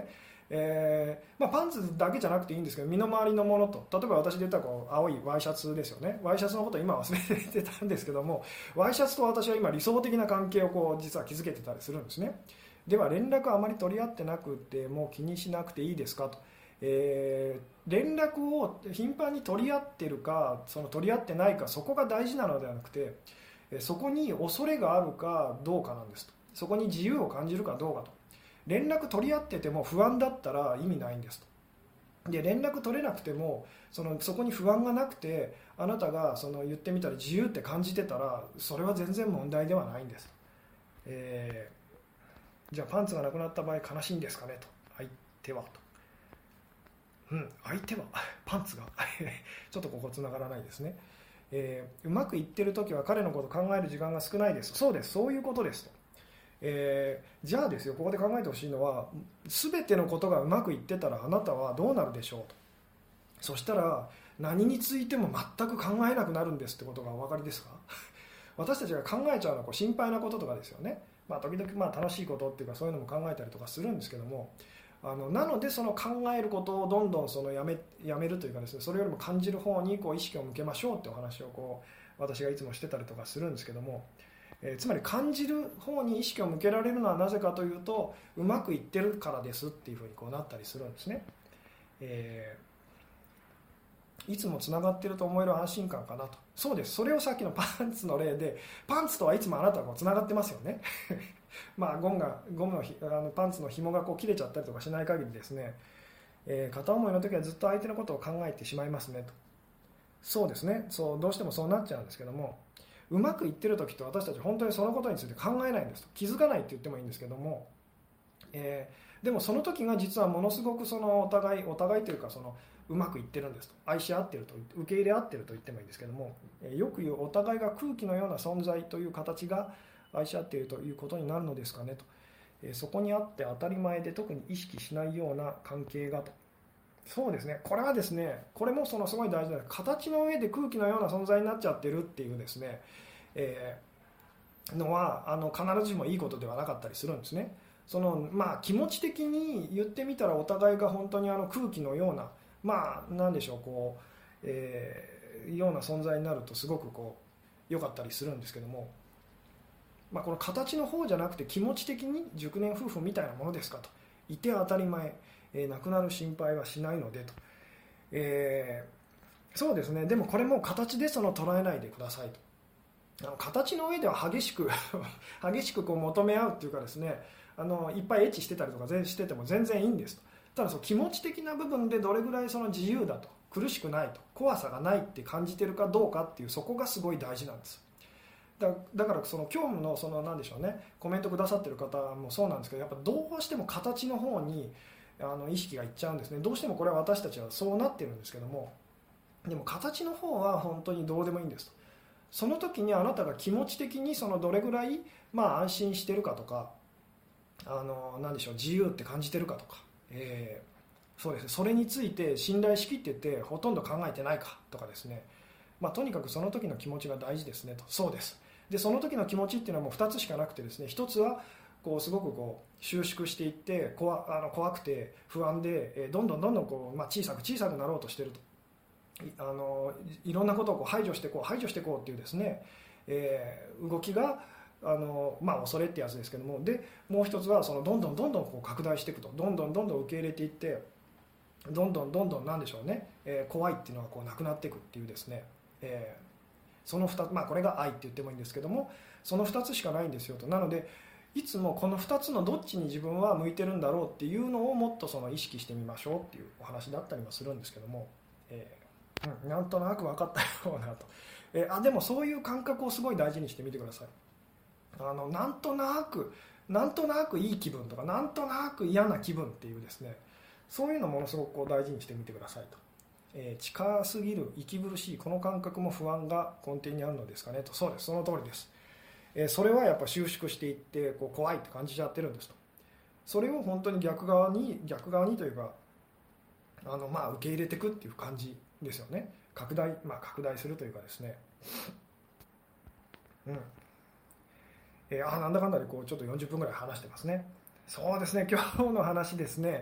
えーまあ、パンツだけじゃなくていいんですけど、身の回りのものと、例えば私で言ったらこう青いワイシャツですよね。ワイシャツのことは今忘れてたんですけども、ワイシャツと私は今理想的な関係をこう実は築けてたりするんですね。では連絡あまり取り合ってなくても気にしなくていいですかと、えー、連絡を頻繁に取り合ってるかその取り合ってないか、そこが大事なのではなくて、そこに恐れがあるかどうかなんですと。そこに自由を感じるかどうかと。連絡取り合ってても不安だったら意味ないんですと。で連絡取れなくてもそのそこに不安がなくて、あなたがその言ってみたら自由って感じてたら、それは全然問題ではないんですと。えー、じゃあパンツがなくなった場合悲しいんですかねと。相手はと。うん、相手はパンツがちょっとここつながらないですね。えー、うまくいってる時は彼のことを考える時間が少ないです。そうです、そういうことですと。えー、じゃあですよ、ここで考えてほしいのは、全てのことがうまくいってたらあなたはどうなるでしょうと。そしたら何についても全く考えなくなるんですってことがお分かりですか？私たちが考えちゃうのはこう心配なこととかですよね。まあ、時々まあ楽しいことっていうかそういうのも考えたりとかするんですけども、あのなのでその考えることをどんどんそのやめ、やめるというかですね、それよりも感じる方にこう意識を向けましょうってお話をこう私がいつもしてたりとかするんですけども、えー、つまり感じる方に意識を向けられるのはなぜかというと、うまくいってるからですっていうふうにこうなったりするんですね。えー、いつもつながっていると思える安心感かなと。そうです、それをさっきのパンツの例で、パンツとはいつもあなたはこうつながってますよねまあゴムがゴムのひあのパンツの紐がこう切れちゃったりとかしない限りですね、えー、片思いの時はずっと相手のことを考えてしまいますねと。そうですね、そうどうしてもそうなっちゃうんですけども、うまくいってる時って私たち本当にそのことについて考えないんですと。気づかないって言ってもいいんですけども、えー、でもその時が実はものすごくそのお互いお互いというかそのうまくいってるんですと。愛し合ってると、受け入れ合ってると言ってもいいんですけども、えー、よく言うお互いが空気のような存在という形が愛し合っているということになるのですかねと。えー、そこにあって当たり前で特に意識しないような関係がと。そうですね、これはですね、これもそのすごい大事な形の上で空気のような存在になっちゃってるっていうですね、えー、のはあの必ずしもいいことではなかったりするんですね。そのまあ、気持ち的に言ってみたらお互いが本当にあの空気のような、まあ何でしょう、こう、えー、ような存在になるとすごくこう良かったりするんですけども、まあ、この形の方じゃなくて気持ち的に熟年夫婦みたいなものですかと。いて当たり前、えー、亡くなる心配はしないのでと。えー、そうですね、でもこれも形でその捉えないでくださいと。あの形の上では激しく激しくこう求め合うっていうかですね、あのいっぱいエッチしてたりとかしてても全然いいんですと。ただその気持ち的な部分でどれぐらいその自由だと、苦しくないと、怖さがないって感じてるかどうかっていう、そこがすごい大事なんです。だ, だからその今日のその何でしょうね、コメントくださってる方もそうなんですけど、やっぱどうしても形の方にあの意識がいっちゃうんですね。どうしてもこれは私たちはそうなってるんですけども、でも形の方は本当にどうでもいいんですと。その時にあなたが気持ち的にそのどれぐらい、まあ、安心してるかとか、あの何でしょう、自由って感じてるかとか、えー、そうですね、それについて信頼しきっててほとんど考えてないかとかですね、まあ、とにかくその時の気持ちが大事ですねと。そうです。でその時の気持ちっていうのはもうふたつしかなくてですね、ひとつはこうすごくこう収縮していって怖あの怖くて不安で、えー、どんどんどんどんこう、まあ、小さく小さくなろうとしていると。あのいろんなことをこう排除していこう排除していこうっていうですね、えー、動きがあの、まあ、恐れってやつですけども、でもう一つはそのどんどんどんどんこう拡大していくと、どんどんどんどん受け入れていって、どんどんどんどんなんでしょうね、えー、怖いっていうのがこうなくなっていくっていうですね、えー、そのふたつ、まあ、これが愛って言ってもいいんですけども、そのふたつしかないんですよと。なのでいつもこのふたつのどっちに自分は向いてるんだろうっていうのをもっとその意識してみましょうっていうお話だったりもするんですけども、えーうん、なんとなく分かったようなと、えー、あでもそういう感覚をすごい大事にしてみてください。あのなんとなくなんとなくいい気分とかなんとなく嫌な気分っていうですね、そういうのをものすごくこう大事にしてみてくださいと。えー、近すぎる息苦しいこの感覚も不安が根底にあるのですかねと。そうです、その通りです。えー、それはやっぱ収縮していってこう怖いって感じちゃってるんですと。それを本当に逆側に逆側にというか、あのまあ受け入れていくっていう感じですよね。拡大、まあ、拡大するというかですね、うん、えー、あなんだかんだでこうちょっとよんじゅっぷんぐらい話してますね。そうですね、今日の話ですね、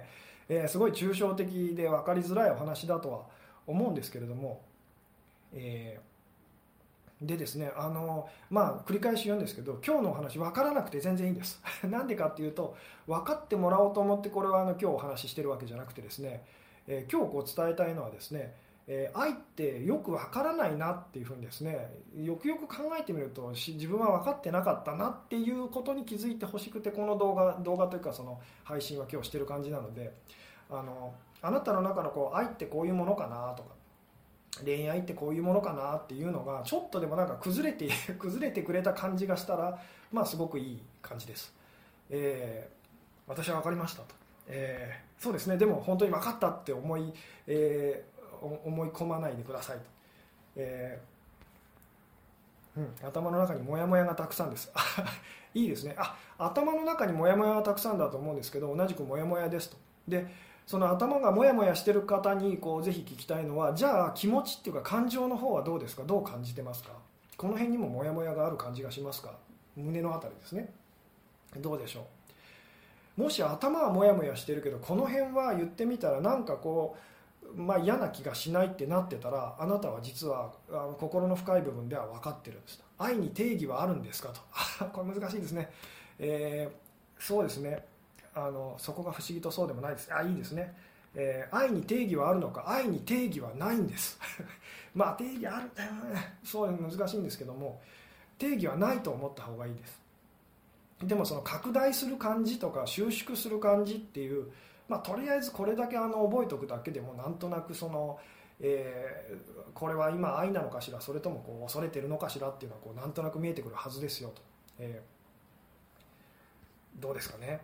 えー、すごい抽象的で分かりづらいお話だとは思うんですけれども、えー、でですね、あのまあ繰り返し言うんですけど、今日のお話分からなくて全然いいんですなんでかっていうと、分かってもらおうと思ってこれはあの今日お話ししてるわけじゃなくてですね、えー、今日こう伝えたいのはですね、えー、愛ってよく分からないなっていうふうにですね、よくよく考えてみると自分は分かってなかったなっていうことに気づいてほしくて、この動画動画というかその配信は今日してる感じなので、あのあなたの中のこう愛ってこういうものかなとか、恋愛ってこういうものかなっていうのがちょっとでもなんか崩れて崩れてくれた感じがしたら、まあすごくいい感じです。えー、私は分かりましたと、えー、そうですね、でも本当に分かったって思い、えー思い込まないでくださいと、えーうん、頭の中にモヤモヤがたくさんですいいですね。あ、頭の中にモヤモヤがたくさんだと思うんですけど、同じくモヤモヤですと。でその頭がモヤモヤしてる方にこうぜひ聞きたいのは、じゃあ気持ちっていうか感情の方はどうですか、どう感じてますか。この辺にもモヤモヤがある感じがしますか。胸のあたりですね、どうでしょう。もし頭はモヤモヤしてるけどこの辺は言ってみたらなんかこうまあ、嫌な気がしないってなってたら、あなたは実はあの心の深い部分では分かってるんですと。愛に定義はあるんですかとこれ難しいですね、えー、そうですね、あのそこが不思議とそうでもないです。あ、いいですね、えー、愛に定義はあるのか、愛に定義はないんですまあ定義あるそういう難しいんですけども、定義はないと思った方がいいです。でもその拡大する感じとか収縮する感じっていう、まあ、とりあえずこれだけあの覚えておくだけでもなんとなくその、えー、これは今愛なのかしら、それともこう恐れてるのかしらっていうのはこうなんとなく見えてくるはずですよと、えー、どうですかね。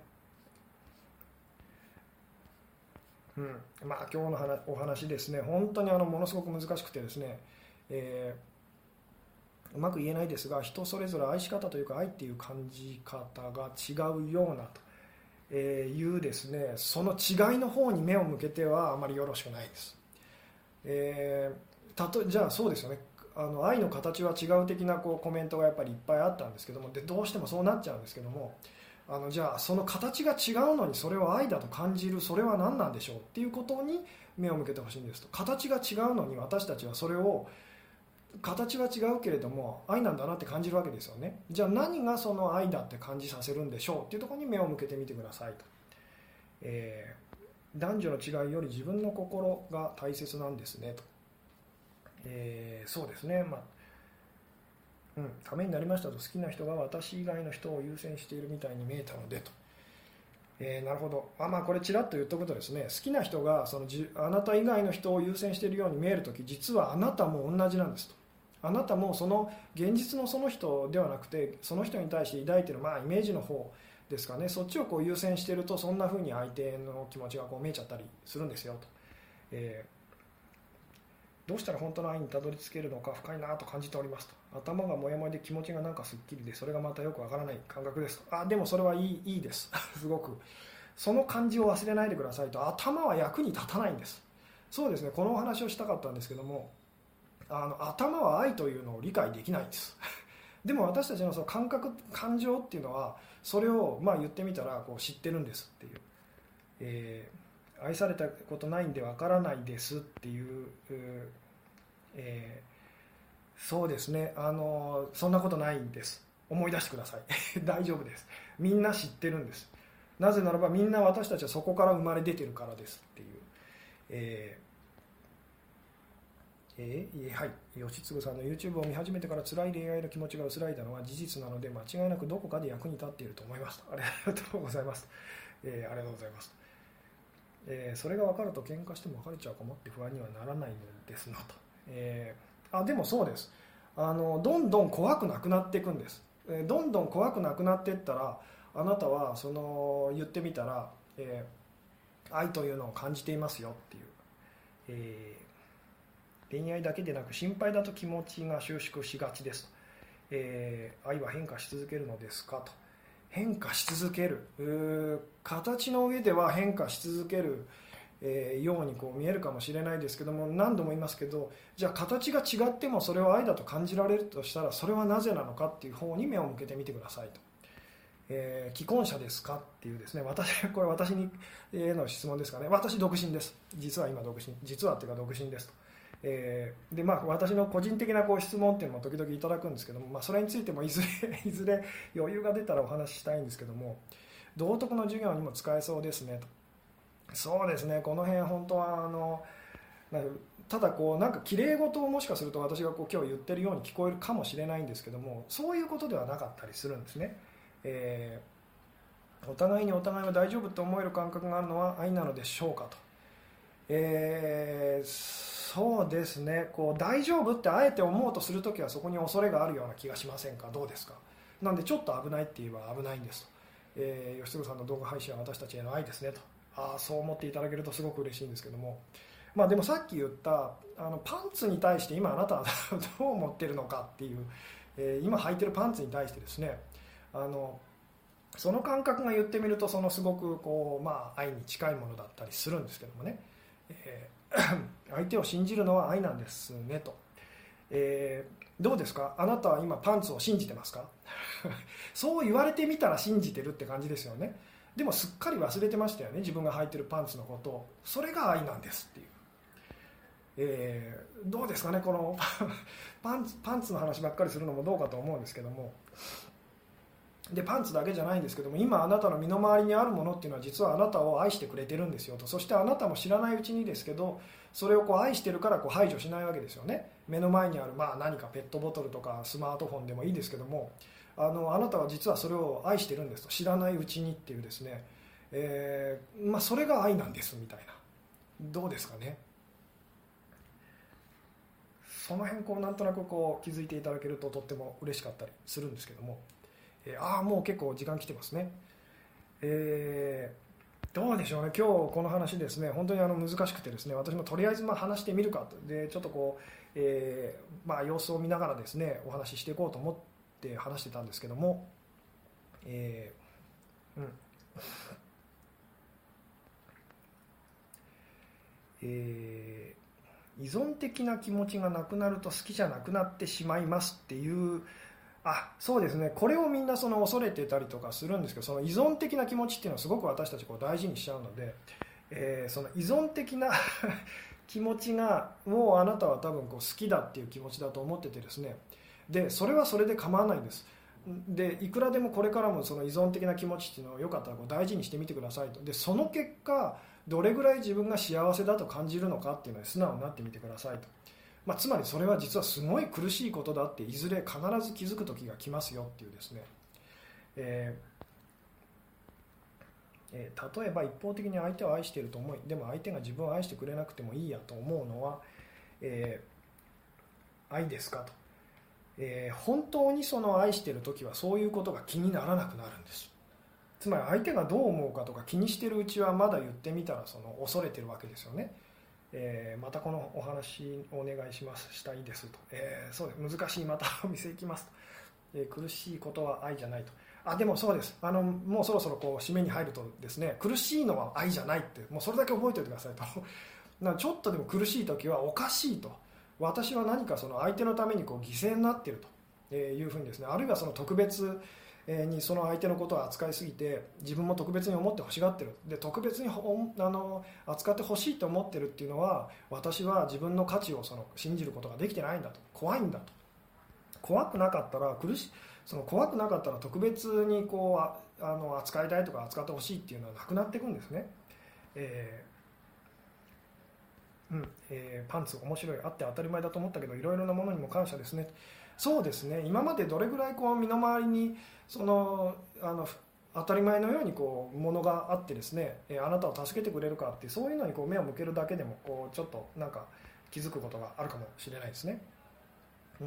うんまあ、今日の話お話ですね、本当にあのものすごく難しくてですね、えー、うまく言えないですが、人それぞれ愛し方というか愛っていう感じ方が違うようなとえー、いうですね、その違いの方に目を向けてはあまりよろしくないです。えー、たとじゃあそうですよね、あの愛の形は違う的なこうコメントがやっぱりいっぱいあったんですけども、でどうしてもそうなっちゃうんですけども、あのじゃあその形が違うのにそれを愛だと感じる、それは何なんでしょうっていうことに目を向けてほしいんですと。形が違うのに私たちはそれを形は違うけれども愛なんだなって感じるわけですよね。じゃあ何がその愛だって感じさせるんでしょうっていうところに目を向けてみてくださいと、えー、男女の違いより自分の心が大切なんですねと、えー、そうですね、まあうん、ためになりましたと。好きな人が私以外の人を優先しているみたいに見えたのでと、えー、なるほど。あ、まあ、これちらっと言っとくとですね、好きな人がそのじあなた以外の人を優先しているように見えるとき、実はあなたも同じなんですと。あなたもその現実のその人ではなくて、その人に対して抱いている、まあ、イメージの方ですかね、そっちをこう優先していると、そんな風に相手の気持ちがこう見えちゃったりするんですよと、えー、どうしたら本当の愛にたどり着けるのか深いなと感じておりますと。頭がモヤモヤで気持ちがなんかすっきりで、それがまたよくわからない感覚ですと。あ、でもそれはいい、いいですすごくその感じを忘れないでくださいと。頭は役に立たないんです。そうですね、このお話をしたかったんですけども、あの頭は愛というのを理解できないんですでも私たちのその感覚、感情っていうのはそれをまあ言ってみたらこう知ってるんですっていう、えー、愛されたことないんでわからないですっていう、えー、そうですね、あのそんなことないんです。思い出してください大丈夫です。みんな知ってるんです。なぜならばみんな私たちはそこから生まれ出てるからですっていう、えーえー、はい、吉嗣さんの YouTube を見始めてから辛い恋愛の気持ちが薄らいだのは事実なので、間違いなくどこかで役に立っていると思いますと。ありがとうございます、えー、ありがとうございます、えー、それが分かると喧嘩しても別れちゃうかもって不安にはならないのですなと、えー、あでもそうです。あのどんどん怖くなくなっていくんです、えー、どんどん怖くなくなっていったら、あなたはその言ってみたら、えー、愛というのを感じていますよっていう、えー恋愛だけでなく心配だと気持ちが収縮しがちですと、えー、愛は変化し続けるのですかと。変化し続ける、形の上では変化し続ける、えー、ようにこう見えるかもしれないですけども、何度も言いますけど、じゃあ形が違ってもそれを愛だと感じられるとしたら、それはなぜなのかっていう方に目を向けてみてくださいと、 えー既婚者ですかっていうですね、私これ私にへの質問ですかね。私独身です。実は今独身、実はっていうか独身ですと。えーでまあ、私の個人的なこう質問っていうのも時々いただくんですけども、まあ、それについてもいずれいずれ余裕が出たらお話ししたいんですけども、道徳の授業にも使えそうですねと。そうですね、この辺本当はあのなんかただこうなんか綺麗事をもしかすると私がこう今日言ってるように聞こえるかもしれないんですけども、そういうことではなかったりするんですね。えーお互いにお互いは大丈夫と思える感覚があるのは愛なのでしょうかと。えーそうですね、こう大丈夫ってあえて思うとするときはそこに恐れがあるような気がしませんか。どうですか。なんでちょっと危ないって言えば危ないんですと。えー吉嗣さんの動画配信は私たちへの愛ですねと。ああそう思っていただけるとすごく嬉しいんですけども、まあ、でもさっき言ったあのパンツに対して今あなたはどう思ってるのかっていう、えー今履いてるパンツに対してですね、あのその感覚が言ってみるとそのすごくこう、まあ、愛に近いものだったりするんですけどもね、えー相手を信じるのは愛なんですねと。えーどうですか、あなたは今パンツを信じてますかそう言われてみたら信じてるって感じですよね。でもすっかり忘れてましたよね、自分が履いてるパンツのことを。それが愛なんですっていう、えーどうですかね、このパンツ、パンツの話ばっかりするのもどうかと思うんですけども、でパンツだけじゃないんですけども、今あなたの身の回りにあるものっていうのは実はあなたを愛してくれてるんですよと。そしてあなたも知らないうちにですけど、それをこう愛してるからこう排除しないわけですよね。目の前にある、まあ、何かペットボトルとかスマートフォンでもいいですけども、あのあなたは実はそれを愛してるんですと、知らないうちにっていうですね、えーまあ、それが愛なんですみたいな。どうですかね。その辺こうなんとなくこう気づいていただけるととっても嬉しかったりするんですけども、えーああもう結構時間来てますね。えーどうでしょうね、今日この話ですね、本当にあの難しくてですね、私もとりあえずまあ話してみるかと、でちょっとこう、えーまあ、様子を見ながらですねお話ししていこうと思って話してたんですけども、えーうんえー依存的な気持ちがなくなると好きじゃなくなってしまいますっていう。あ、そうですね、これをみんなその恐れてたりとかするんですけど、その依存的な気持ちっていうのはすごく私たちこう大事にしちゃうので、えーその依存的な気持ちがもうあなたは多分こう好きだっていう気持ちだと思っててですね、でそれはそれで構わないんです。でいくらでもこれからもその依存的な気持ちっていうのをよかったらこう大事にしてみてくださいと。でその結果どれぐらい自分が幸せだと感じるのかっていうのに素直になってみてくださいと。まあ、つまりそれは実はすごい苦しいことだっていずれ必ず気づく時が来ますよっていうですね、えーえー例えば一方的に相手を愛していると思い、でも相手が自分を愛してくれなくてもいいやと思うのは、えー愛ですかと。えー本当にその愛している時はそういうことが気にならなくなるんです。つまり相手がどう思うかとか気にしているうちはまだ言ってみたらその恐れてるわけですよね。えーまたこのお話お願いしますしたいですと、えーそうです、難しい、またお店行きますと、えー苦しいことは愛じゃないと。あでもそうです、あのもうそろそろこう締めに入るとですね、苦しいのは愛じゃないってもうそれだけ覚えておいてくださいとなちょっとでも苦しい時はおかしいと、私は何かその相手のためにこう犠牲になっているというふうにですね、あるいはその特別にその相手のことを扱いすぎて自分も特別に思って欲しがってる、で特別にほあの扱ってほしいと思ってるっていうのは、私は自分の価値をその信じることができてないんだと、怖いんだと。怖くなかったら苦しその怖くなかったら特別にこうああの扱いたいとか扱ってほしいっていうのはなくなっていくんですね。えーうんえーパンツ面白い、あって当たり前だと思ったけどいろいろなものにも感謝ですね。そうですね、今までどれぐらいこう身の回りにそのあの当たり前のようにこうものがあってですね、えーあなたを助けてくれるかって、そういうのにこう目を向けるだけでもこうちょっとなんか気づくことがあるかもしれないですね。うん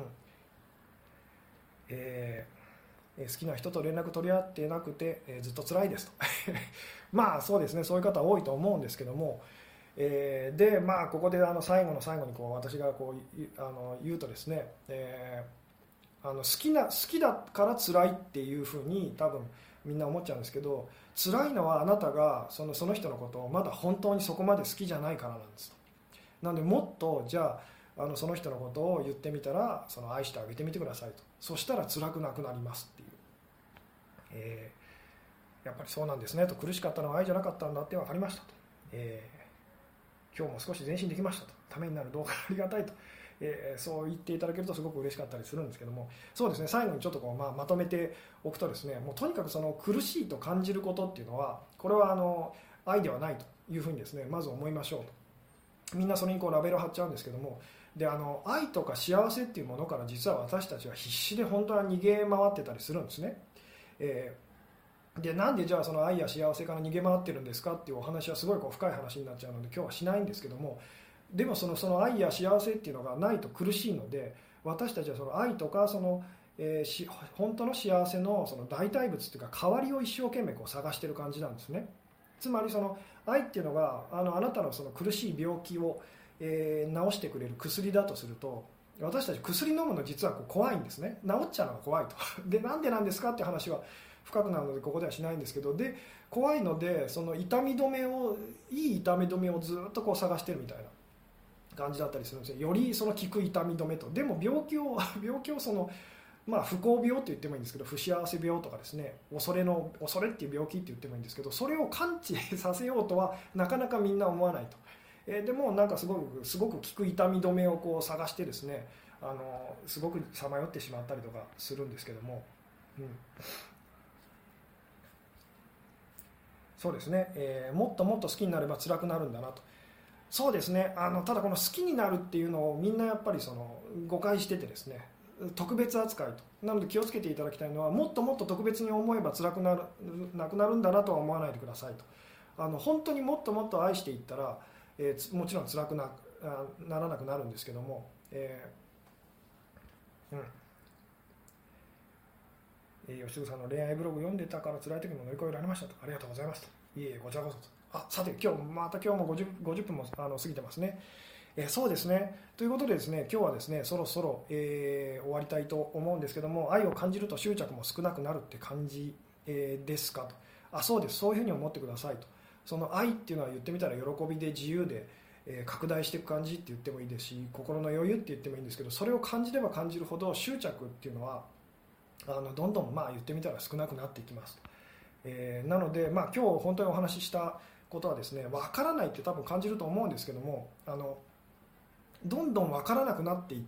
えーえー好きな人と連絡取り合ってなくて、えーずっと辛いですとまあそうですね、そういう方多いと思うんですけども、えーでまあここであの最後の最後にこう私がこういあの言うとですね、えーあの好きな好きだから辛いっていうふうに多分みんな思っちゃうんですけど、辛いのはあなたがそのその人のことをまだ本当にそこまで好きじゃないからなんですと。なのでもっとじゃあ、あのその人のことを言ってみたらその愛してあげてみてくださいと。そしたら辛くなくなりますっていう、えーやっぱりそうなんですねと、苦しかったのは愛じゃなかったんだって分かりましたと、えー、今日も少し前進できましたと、ためになる動画ありがたいと、えー、そう言っていただけるとすごく嬉しかったりするんですけども、そうですね、最後にちょっとこう、まあ、まとめておくとですね、もうとにかくその苦しいと感じることっていうのは、これはあの愛ではないというふうにですね、まず思いましょうと。みんなそれにこうラベルを貼っちゃうんですけども、であの愛とか幸せっていうものから実は私たちは必死で本当は逃げ回ってたりするんですね。えーでなんでじゃあその愛や幸せから逃げ回ってるんですかっていうお話はすごいこう深い話になっちゃうので今日はしないんですけども、でもそのその愛や幸せっていうのがないと苦しいので、私たちはその愛とかその、えー、し本当の幸せのその代替物っていうか代わりを一生懸命こう探してる感じなんですね。つまりその愛っていうのがあのあなたのその苦しい病気を、えー、治してくれる薬だとすると、私たち薬飲むの実はこう怖いんですね。治っちゃうのが怖いと。でなんでなんですかっていう話は深くなるのでここではしないんですけど、で怖いのでその痛み止めをいい痛み止めをずっとこう探してるみたいな感じだったりするんですよ。よりその効く痛み止めと。でも病気を病気をそのまあ不幸病って言ってもいいんですけど、不幸せ病とかですね、恐れの恐れっていう病気って言ってもいいんですけど、それを完治させようとはなかなかみんな思わないと。えー、でもなんかすごくすごく効く痛み止めをこう探してですね、あのすごくさまよってしまったりとかするんですけども、うん、そうですね、えー、もっともっと好きになれば辛くなるんだなと。そうですね、あのただこの好きになるっていうのをみんなやっぱりその誤解しててですね、特別扱いと。なので気をつけていただきたいのは、もっともっと特別に思えば辛くなるなくなるんだなとは思わないでくださいと。あの本当にもっともっと愛していったら、えー、もちろん辛く な, ならなくなるんですけども、えーうんえー、吉純さんの恋愛ブログ読んでたから辛い時も乗り越えられましたと。ありがとうございますと。いえいえ、こちらこそと。あ、さて今日また今日も 50, 50分もあの過ぎてますね。えー、そうですね。ということでですね、今日はですね、そろそろ、えー、終わりたいと思うんですけども、愛を感じると執着も少なくなるって感じ、えー、ですかと。あ、そうです。そういうふうに思ってくださいと。その愛っていうのは言ってみたら喜びで自由で、えー、拡大していく感じって言ってもいいですし、心の余裕って言ってもいいんですけど、それを感じれば感じるほど執着っていうのはあのどんどんまあ言ってみたら少なくなっていきます。えー、なので、まあ、今日本当にお話ししたことはですね、分からないって多分感じると思うんですけども、あのどんどん分からなくなっていって、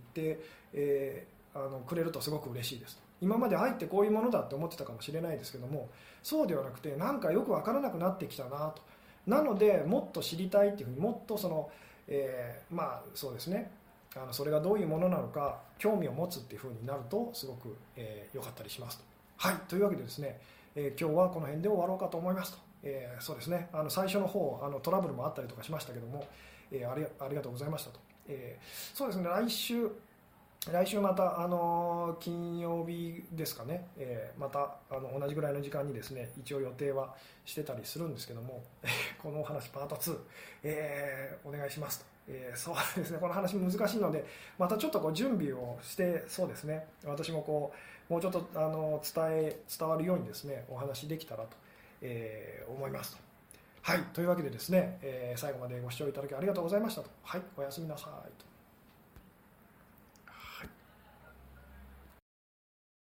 えー、あのくれるとすごく嬉しいです。今まで愛ってこういうものだって思ってたかもしれないですけども、そうではなくてなんかよく分からなくなってきたなと。なのでもっと知りたいっていうふうに、もっとその、えー、まあそうですね、あのそれがどういうものなのか興味を持つっていうふうになるとすごく良、えー、かったりしますと。はい、というわけでですね、えー、今日はこの辺で終わろうかと思いますと。えー、そうですね、あの最初の方あのトラブルもあったりとかしましたけども、えー、ありありがとうございましたと。えー、そうですね、来週来週また、あのー、金曜日ですかね、えー、またあの同じぐらいの時間にですね、一応予定はしてたりするんですけども、このお話パートツー、えー、お願いしますと。えー、そうですね、この話難しいのでまたちょっとこう準備をして、そうですね、私もこうもうちょっとあの伝え伝わるようにですねお話できたらと、えー、思いますと。はい、というわけでですね、えー、最後までご視聴いただきありがとうございましたと。はい、おやすみなさいと。